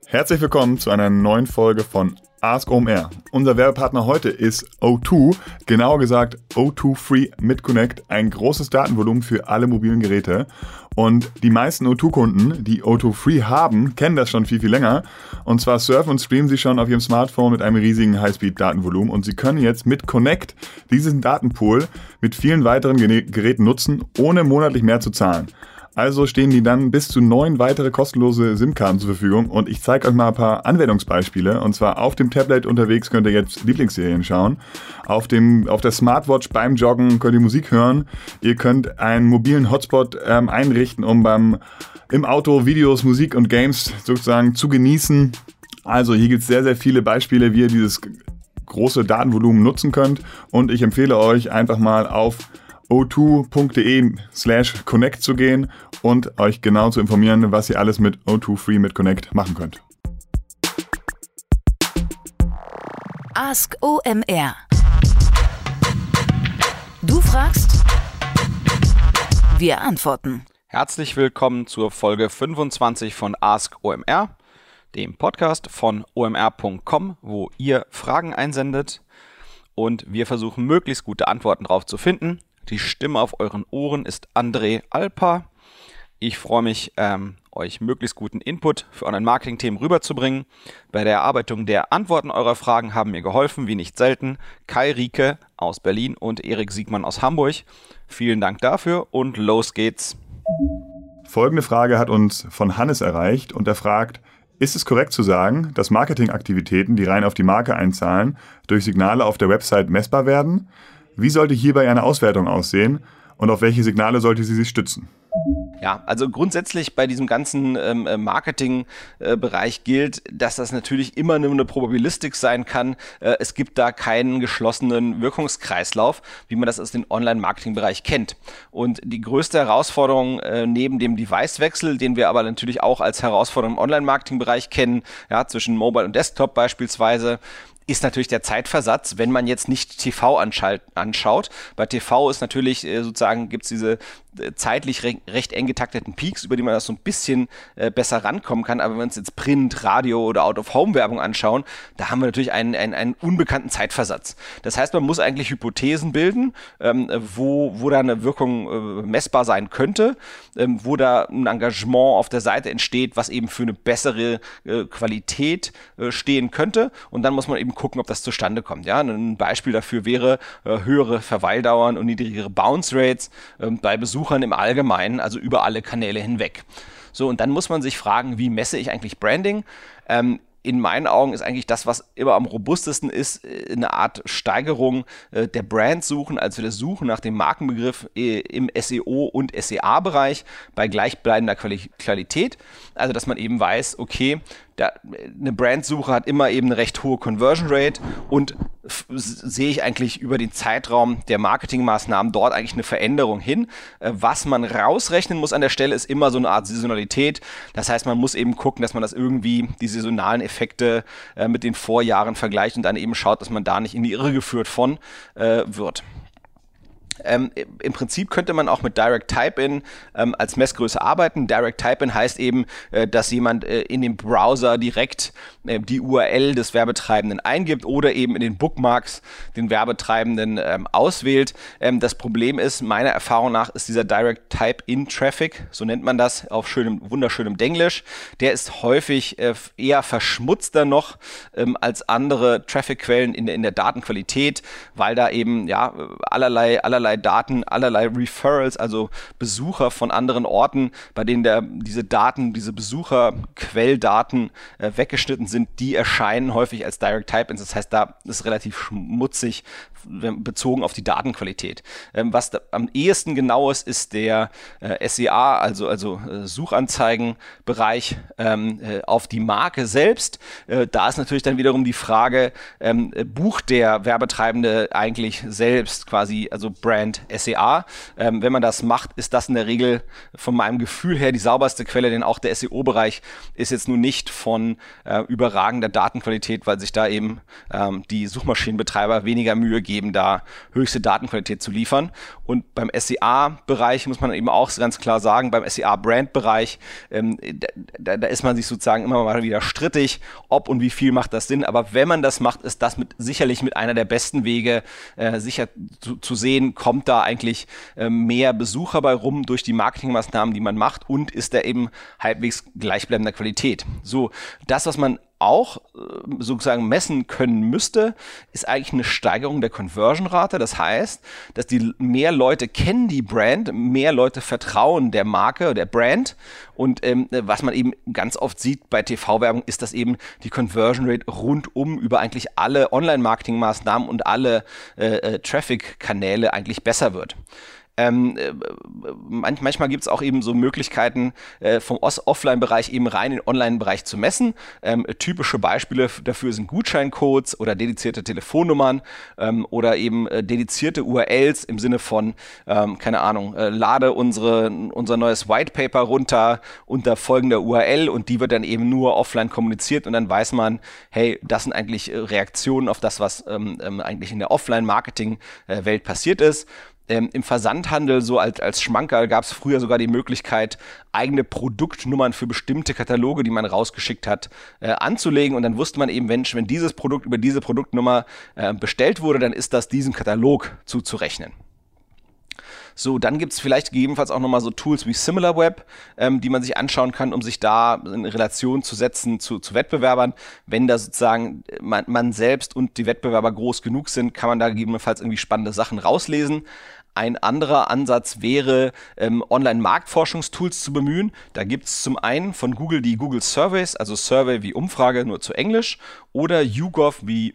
Herzlich willkommen zu einer neuen Folge von Ask OMR. Unser Werbepartner heute ist O2, genauer gesagt O2 Free mit Connect, ein großes Datenvolumen für alle mobilen Geräte. Und die meisten O2-Kunden, die O2 Free haben, kennen das schon viel länger. Und zwar surfen und streamen sie schon auf ihrem Smartphone mit einem riesigen Highspeed-Datenvolumen. Und sie können jetzt mit Connect diesen Datenpool mit vielen weiteren Geräten nutzen, ohne monatlich mehr zu zahlen. Also stehen die dann bis zu 9 weitere kostenlose SIM-Karten zur Verfügung und ich zeige euch mal ein paar Anwendungsbeispiele. Und zwar auf dem Tablet unterwegs könnt ihr jetzt Lieblingsserien schauen. Auf der Smartwatch beim Joggen könnt ihr Musik hören. Ihr könnt einen mobilen Hotspot einrichten, um im Auto Videos, Musik und Games sozusagen zu genießen. Also hier gibt es sehr, sehr viele Beispiele, wie ihr dieses große Datenvolumen nutzen könnt. Und ich empfehle euch einfach mal auf o2.de/connect zu gehen und euch genau zu informieren, was ihr alles mit O2 Free mit Connect machen könnt. Ask OMR. Du fragst, wir antworten. Herzlich willkommen zur Folge 25 von Ask OMR, dem Podcast von omr.com, wo ihr Fragen einsendet und wir versuchen möglichst gute Antworten drauf zu finden. Die Stimme auf euren Ohren ist André Alpa. Ich freue mich, euch möglichst guten Input für Online-Marketing-Themen rüberzubringen. Bei der Erarbeitung der Antworten eurer Fragen haben mir geholfen, wie nicht selten, Kai Rieke aus Berlin und Erik Siegmann aus Hamburg. Vielen Dank dafür und los geht's. Folgende Frage hat uns von Hannes erreicht und er fragt: Ist es korrekt zu sagen, dass Marketingaktivitäten, die rein auf die Marke einzahlen, durch Signale auf der Website messbar werden? Wie sollte hierbei eine Auswertung aussehen und auf welche Signale sollte sie sich stützen? Ja, also grundsätzlich bei diesem ganzen Marketing-Bereich gilt, dass das natürlich immer nur eine Probabilistik sein kann. Es gibt da keinen geschlossenen Wirkungskreislauf, wie man das aus dem Online-Marketing-Bereich kennt. Und die größte Herausforderung neben dem Device-Wechsel, den wir aber natürlich auch als Herausforderung im Online-Marketing-Bereich kennen, ja, zwischen Mobile und Desktop beispielsweise, ist natürlich der Zeitversatz, wenn man jetzt nicht TV anschaut. Bei TV ist natürlich sozusagen, gibt es diese zeitlich recht eng getakteten Peaks, über die man das so ein bisschen besser rankommen kann. Aber wenn wir uns jetzt Print, Radio oder Out-of-Home-Werbung anschauen, da haben wir natürlich einen unbekannten Zeitversatz. Das heißt, man muss eigentlich Hypothesen bilden, wo da eine Wirkung messbar sein könnte, wo da ein Engagement auf der Seite entsteht, was eben für eine bessere Qualität stehen könnte. Und dann muss man eben gucken, ob das zustande kommt. Ja, ein Beispiel dafür wäre höhere Verweildauern und niedrigere Bounce Rates bei Besuchern im Allgemeinen, also über alle Kanäle hinweg. So, und dann muss man sich fragen, wie messe ich eigentlich Branding? In meinen Augen ist eigentlich das, was immer am robustesten ist, eine Art Steigerung der Brandsuchen, also der Suche nach dem Markenbegriff im SEO und SEA-Bereich bei gleichbleibender Qualität. Also, dass man eben weiß, okay, eine Brandsuche hat immer eben eine recht hohe Conversion Rate und sehe ich eigentlich über den Zeitraum der Marketingmaßnahmen dort eigentlich eine Veränderung hin. Was man rausrechnen muss an der Stelle, ist immer so eine Art Saisonalität. Das heißt, man muss eben gucken, dass man das irgendwie, die saisonalen Effekte mit den Vorjahren vergleicht und dann eben schaut, dass man da nicht in die Irre geführt von wird. Im Prinzip könnte man auch mit Direct Type-In als Messgröße arbeiten. Direct Type-In heißt eben, dass jemand in dem Browser direkt die URL des Werbetreibenden eingibt oder eben in den Bookmarks den Werbetreibenden auswählt. Das Problem ist, meiner Erfahrung nach, ist dieser Direct Type-In-Traffic, so nennt man das auf wunderschönem Denglisch, der ist häufig eher verschmutzter noch als andere Traffic-Quellen in der Datenqualität, weil da eben ja allerlei Daten, allerlei Referrals, also Besucher von anderen Orten, bei denen diese Besucherquelldaten weggeschnitten sind, die erscheinen häufig als Direct Type-Ins. Das heißt, da ist relativ schmutzig bezogen auf die Datenqualität. Was da am ehesten genau ist der SEA, also Suchanzeigenbereich auf die Marke selbst. Da ist natürlich dann wiederum die Frage, bucht der Werbetreibende eigentlich selbst quasi, also Brand Brand SEA. Wenn man das macht, ist das in der Regel von meinem Gefühl her die sauberste Quelle, denn auch der SEO-Bereich ist jetzt nun nicht von überragender Datenqualität, weil sich da eben die Suchmaschinenbetreiber weniger Mühe geben, da höchste Datenqualität zu liefern. Und beim SEA-Bereich muss man eben auch ganz klar sagen, beim SEA-Brand-Bereich, da ist man sich sozusagen immer mal wieder strittig, ob und wie viel macht das Sinn. Aber wenn man das macht, ist das sicherlich mit einer der besten Wege, sicher zu sehen, kommt da eigentlich mehr Besucher bei rum durch die Marketingmaßnahmen, die man macht, und ist da eben halbwegs gleichbleibender Qualität. So, das, was man auch sozusagen messen können müsste, ist eigentlich eine Steigerung der Conversion-Rate. Das heißt, dass die mehr Leute kennen die Brand, mehr Leute vertrauen der Marke, der Brand. Und was man eben ganz oft sieht bei TV-Werbung, ist, dass eben die Conversion-Rate rundum über eigentlich alle Online-Marketing-Maßnahmen und alle Traffic-Kanäle eigentlich besser wird. Manchmal gibt es auch eben so Möglichkeiten, vom Offline-Bereich eben rein in den Online-Bereich zu messen. Typische Beispiele dafür sind Gutscheincodes oder dedizierte Telefonnummern oder eben dedizierte URLs im Sinne von, keine Ahnung, lade unser neues White Paper runter unter folgender URL, und die wird dann eben nur offline kommuniziert, und dann weiß man, hey, das sind eigentlich Reaktionen auf das, was eigentlich in der Offline-Marketing-Welt passiert ist. Im Versandhandel, so als Schmankerl, gab es früher sogar die Möglichkeit, eigene Produktnummern für bestimmte Kataloge, die man rausgeschickt hat, anzulegen. Und dann wusste man eben, wenn dieses Produkt über diese Produktnummer bestellt wurde, dann ist das diesem Katalog zuzurechnen. So, dann gibt es vielleicht gegebenenfalls auch nochmal so Tools wie SimilarWeb, die man sich anschauen kann, um sich da in Relation zu setzen zu Wettbewerbern. Wenn da sozusagen man selbst und die Wettbewerber groß genug sind, kann man da gegebenenfalls irgendwie spannende Sachen rauslesen. Ein anderer Ansatz wäre, Online-Marktforschungstools zu bemühen. Da gibt es zum einen von Google die Google Surveys, also Survey wie Umfrage, nur zu Englisch, oder YouGov wie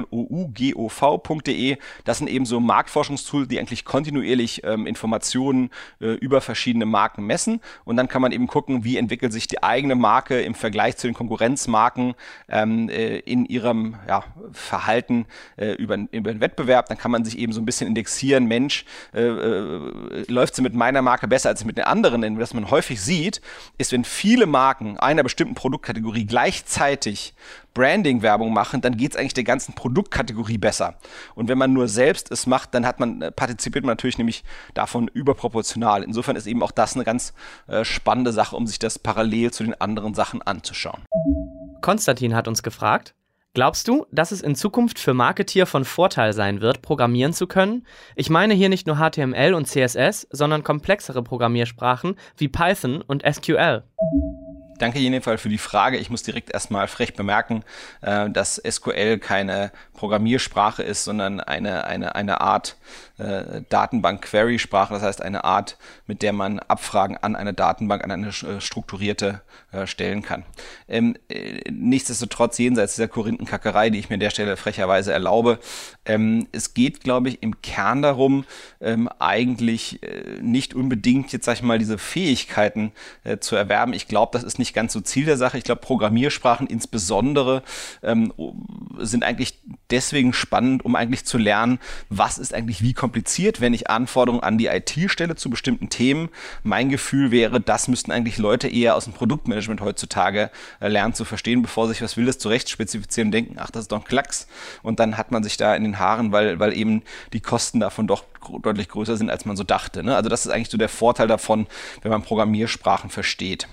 yougov.de. Das sind eben so Marktforschungstools, die eigentlich kontinuierlich Informationen über verschiedene Marken messen. Und dann kann man eben gucken, wie entwickelt sich die eigene Marke im Vergleich zu den Konkurrenzmarken in ihrem Verhalten über den Wettbewerb. Dann kann man sich eben so ein bisschen indexieren, Mensch, läuft sie mit meiner Marke besser als mit den anderen. Denn was man häufig sieht, ist, wenn viele Marken einer bestimmten Produktkategorie gleichzeitig Branding-Werbung machen, dann geht es eigentlich der ganzen Produktkategorie besser. Und wenn man nur selbst es macht, dann partizipiert man natürlich nämlich davon überproportional. Insofern ist eben auch das eine ganz spannende Sache, um sich das parallel zu den anderen Sachen anzuschauen. Konstantin hat uns gefragt: Glaubst du, dass es in Zukunft für Marketeer von Vorteil sein wird, programmieren zu können? Ich meine hier nicht nur HTML und CSS, sondern komplexere Programmiersprachen wie Python und SQL. Danke jedenfalls für die Frage. Ich muss direkt erstmal frech bemerken, dass SQL keine Programmiersprache ist, sondern eine Art Datenbank-Query-Sprache. Das heißt, eine Art, mit der man Abfragen an eine Datenbank, an eine strukturierte stellen kann. Nichtsdestotrotz, jenseits dieser Korinthenkackerei, die ich mir an der Stelle frecherweise erlaube, es geht, glaube ich, im Kern darum, eigentlich nicht unbedingt jetzt, sag ich mal, diese Fähigkeiten zu erwerben. Ich glaube, das ist nicht ganz so Ziel der Sache. Ich glaube, Programmiersprachen insbesondere sind eigentlich deswegen spannend, um eigentlich zu lernen, was ist eigentlich wie kompliziert, wenn ich Anforderungen an die IT stelle zu bestimmten Themen. Mein Gefühl wäre, das müssten eigentlich Leute eher aus dem Produktmanagement heutzutage lernen zu verstehen, bevor sich was Wildes zurecht spezifizieren und denken, ach, das ist doch ein Klacks. Und dann hat man sich da in den Haaren, weil eben die Kosten davon doch deutlich größer sind, als man so dachte. Ne? Also das ist eigentlich so der Vorteil davon, wenn man Programmiersprachen versteht.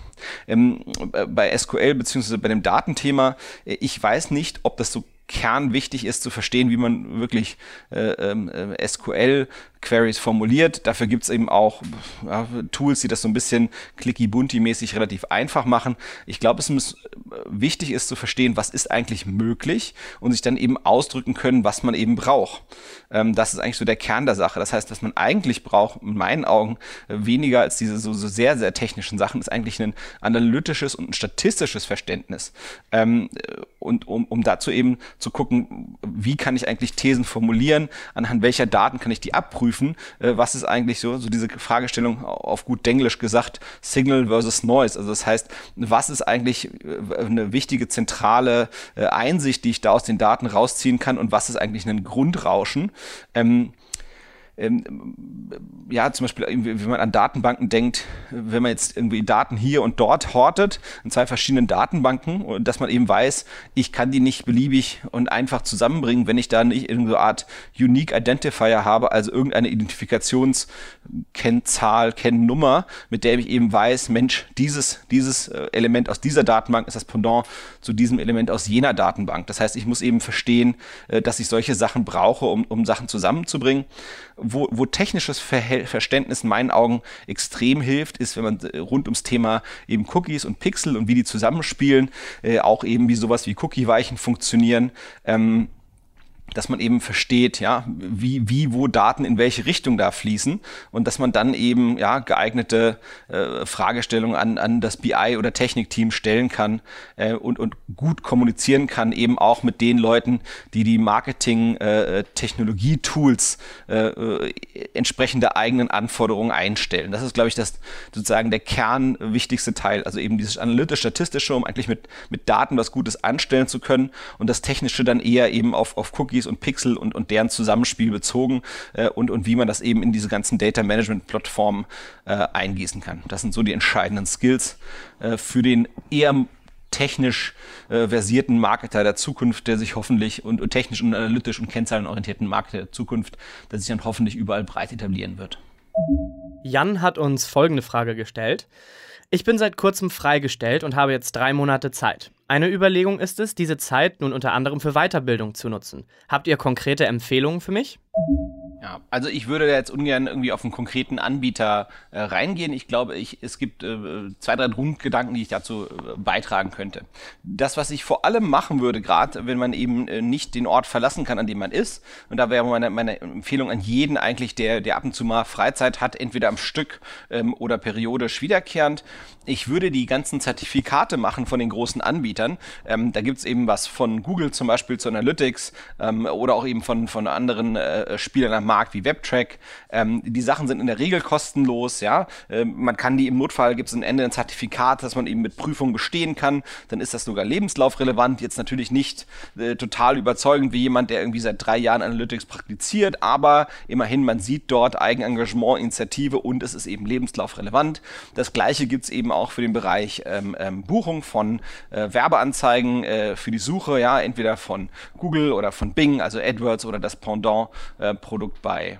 Bei SQL bzw. bei dem Datenthema, ich weiß nicht, ob das so kernwichtig ist zu verstehen, wie man wirklich SQL-Queries formuliert. Dafür gibt es eben auch Tools, die das so ein bisschen clicky-bunty-mäßig relativ einfach machen. Ich glaube, es muss wichtig ist zu verstehen, was ist eigentlich möglich und sich dann eben ausdrücken können, was man eben braucht. Das ist eigentlich so der Kern der Sache. Das heißt, was man eigentlich braucht, in meinen Augen, weniger als diese so sehr, sehr technischen Sachen, ist eigentlich ein analytisches und ein statistisches Verständnis. Und um dazu eben zu gucken, wie kann ich eigentlich Thesen formulieren, anhand welcher Daten kann ich die abprüfen, was ist eigentlich so diese Fragestellung auf gut Denglisch gesagt, Signal versus Noise, also das heißt, was ist eigentlich eine wichtige zentrale Einsicht, die ich da aus den Daten rausziehen kann und was ist eigentlich ein Grundrauschen. ja, zum Beispiel, wenn man an Datenbanken denkt, wenn man jetzt irgendwie Daten hier und dort hortet, in 2 verschiedenen Datenbanken, und dass man eben weiß, ich kann die nicht beliebig und einfach zusammenbringen, wenn ich da nicht irgendeine Art Unique Identifier habe, also irgendeine Identifikationskennzahl, Kennnummer, mit der ich eben weiß, Mensch, dieses Element aus dieser Datenbank ist das Pendant zu diesem Element aus jener Datenbank. Das heißt, ich muss eben verstehen, dass ich solche Sachen brauche, um Sachen zusammenzubringen. Wo technisches Verständnis in meinen Augen extrem hilft, ist, wenn man rund ums Thema eben Cookies und Pixel und wie die zusammenspielen, auch eben wie sowas wie Cookie-Weichen funktionieren, dass man eben versteht, ja, wo Daten in welche Richtung da fließen und dass man dann eben geeignete Fragestellungen an das BI oder Technikteam stellen kann und gut kommunizieren kann, eben auch mit den Leuten, die Marketing-Technologie-Tools entsprechende eigenen Anforderungen einstellen. Das ist, glaube ich, das sozusagen der kernwichtigste Teil, also eben dieses analytisch-statistische, um eigentlich mit Daten was Gutes anstellen zu können, und das Technische dann eher eben auf Cookies und Pixel und deren Zusammenspiel bezogen und wie man das eben in diese ganzen Data-Management-Plattformen eingießen kann. Das sind so die entscheidenden Skills für den eher technisch versierten Marketer der Zukunft, der sich hoffentlich und technisch und analytisch und kennzahlenorientierten Marketer der Zukunft, der sich dann hoffentlich überall breit etablieren wird. Jan hat uns folgende Frage gestellt. Ich bin seit kurzem freigestellt und habe jetzt 3 Monate Zeit. Eine Überlegung ist es, diese Zeit nun unter anderem für Weiterbildung zu nutzen. Habt ihr konkrete Empfehlungen für mich? Ja, also ich würde da jetzt ungern irgendwie auf einen konkreten Anbieter reingehen. Ich glaube, es gibt 2, 3 Grundgedanken, die ich dazu beitragen könnte. Das, was ich vor allem machen würde, gerade wenn man eben nicht den Ort verlassen kann, an dem man ist, und da wäre meine Empfehlung an jeden eigentlich, der ab und zu mal Freizeit hat, entweder am Stück oder periodisch wiederkehrend. Ich würde die ganzen Zertifikate machen von den großen Anbietern. Da gibt's eben was von Google zum Beispiel zu Analytics oder auch eben von anderen Spielern am Markt wie Webtrack. Die Sachen sind in der Regel kostenlos, ja. Man kann die im Notfall, gibt es am Ende ein Zertifikat, das man eben mit Prüfung bestehen kann. Dann ist das sogar lebenslaufrelevant. Jetzt natürlich nicht total überzeugend wie jemand, der irgendwie seit 3 Jahren Analytics praktiziert, aber immerhin, man sieht dort Eigenengagement, Initiative und es ist eben lebenslaufrelevant. Das Gleiche gibt es eben auch für den Bereich Buchung von Werbeanzeigen für die Suche, ja, entweder von Google oder von Bing, also AdWords oder das Pendant-Produkt bei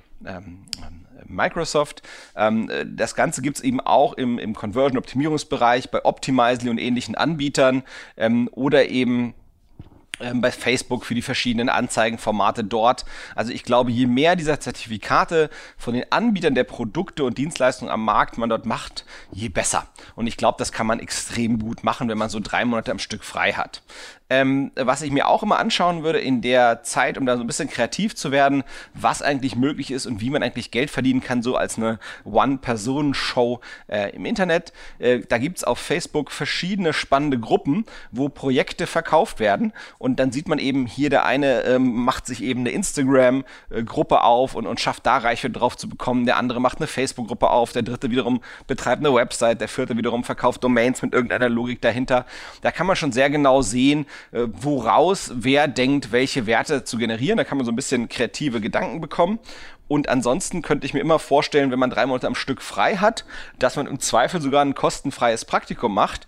Microsoft. Das Ganze gibt es eben auch im Conversion-Optimierungsbereich bei Optimizely und ähnlichen Anbietern oder eben bei Facebook für die verschiedenen Anzeigenformate dort. Also ich glaube, je mehr dieser Zertifikate von den Anbietern der Produkte und Dienstleistungen am Markt man dort macht, je besser. Und ich glaube, das kann man extrem gut machen, wenn man so 3 Monate am Stück frei hat. Was ich mir auch immer anschauen würde in der Zeit, um da so ein bisschen kreativ zu werden, was eigentlich möglich ist und wie man eigentlich Geld verdienen kann, so als eine One-Personen-Show im Internet. Da gibt's auf Facebook verschiedene spannende Gruppen, wo Projekte verkauft werden, und dann sieht man eben hier, der eine macht sich eben eine Instagram-Gruppe auf und schafft da Reichweite drauf zu bekommen, der andere macht eine Facebook-Gruppe auf, der dritte wiederum betreibt eine Website, der vierte wiederum verkauft Domains mit irgendeiner Logik dahinter. Da kann man schon sehr genau sehen, woraus wer denkt, welche Werte zu generieren. Da kann man so ein bisschen kreative Gedanken bekommen. Und ansonsten könnte ich mir immer vorstellen, wenn man 3 Monate am Stück frei hat, dass man im Zweifel sogar ein kostenfreies Praktikum macht.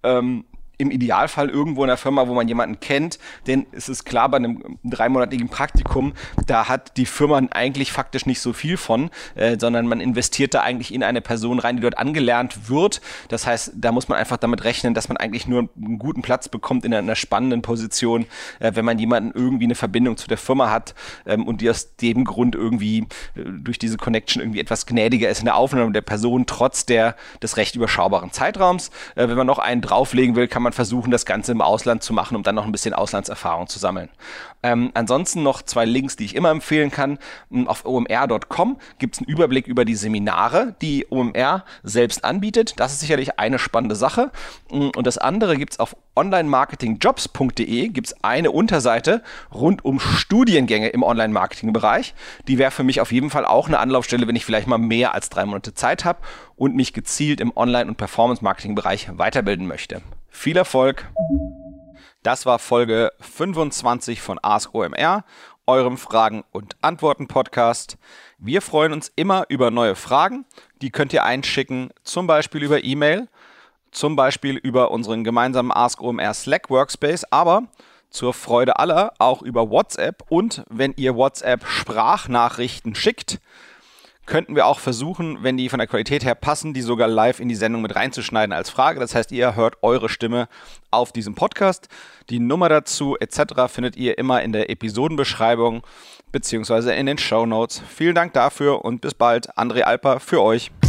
Im Idealfall irgendwo in der Firma, wo man jemanden kennt, denn es ist klar, bei einem 3-monatigen Praktikum, da hat die Firma eigentlich faktisch nicht so viel von, sondern man investiert da eigentlich in eine Person rein, die dort angelernt wird. Das heißt, da muss man einfach damit rechnen, dass man eigentlich nur einen guten Platz bekommt in einer spannenden Position, wenn man jemanden irgendwie eine Verbindung zu der Firma hat und die aus dem Grund irgendwie durch diese Connection irgendwie etwas gnädiger ist in der Aufnahme der Person, trotz des recht überschaubaren Zeitraums. Wenn man noch einen drauflegen will, kann man versuchen, das Ganze im Ausland zu machen, um dann noch ein bisschen Auslandserfahrung zu sammeln. Ansonsten noch 2 Links, die ich immer empfehlen kann. Auf omr.com gibt es einen Überblick über die Seminare, die OMR selbst anbietet. Das ist sicherlich eine spannende Sache. Und das andere gibt es auf onlinemarketingjobs.de, gibt es eine Unterseite rund um Studiengänge im Online-Marketing-Bereich. Die wäre für mich auf jeden Fall auch eine Anlaufstelle, wenn ich vielleicht mal mehr als 3 Monate Zeit habe und mich gezielt im Online- und Performance-Marketing-Bereich weiterbilden möchte. Viel Erfolg! Das war Folge 25 von Ask OMR eurem Fragen- und Antworten-Podcast. Wir freuen uns immer über neue Fragen. Die könnt ihr einschicken, zum Beispiel über E-Mail, zum Beispiel über unseren gemeinsamen Ask OMR Slack Workspace, aber zur Freude aller auch über WhatsApp. Und wenn ihr WhatsApp-Sprachnachrichten schickt, könnten wir auch versuchen, wenn die von der Qualität her passen, die sogar live in die Sendung mit reinzuschneiden als Frage. Das heißt, ihr hört eure Stimme auf diesem Podcast. Die Nummer dazu etc. findet ihr immer in der Episodenbeschreibung bzw. in den Shownotes. Vielen Dank dafür und bis bald. André Alper für euch.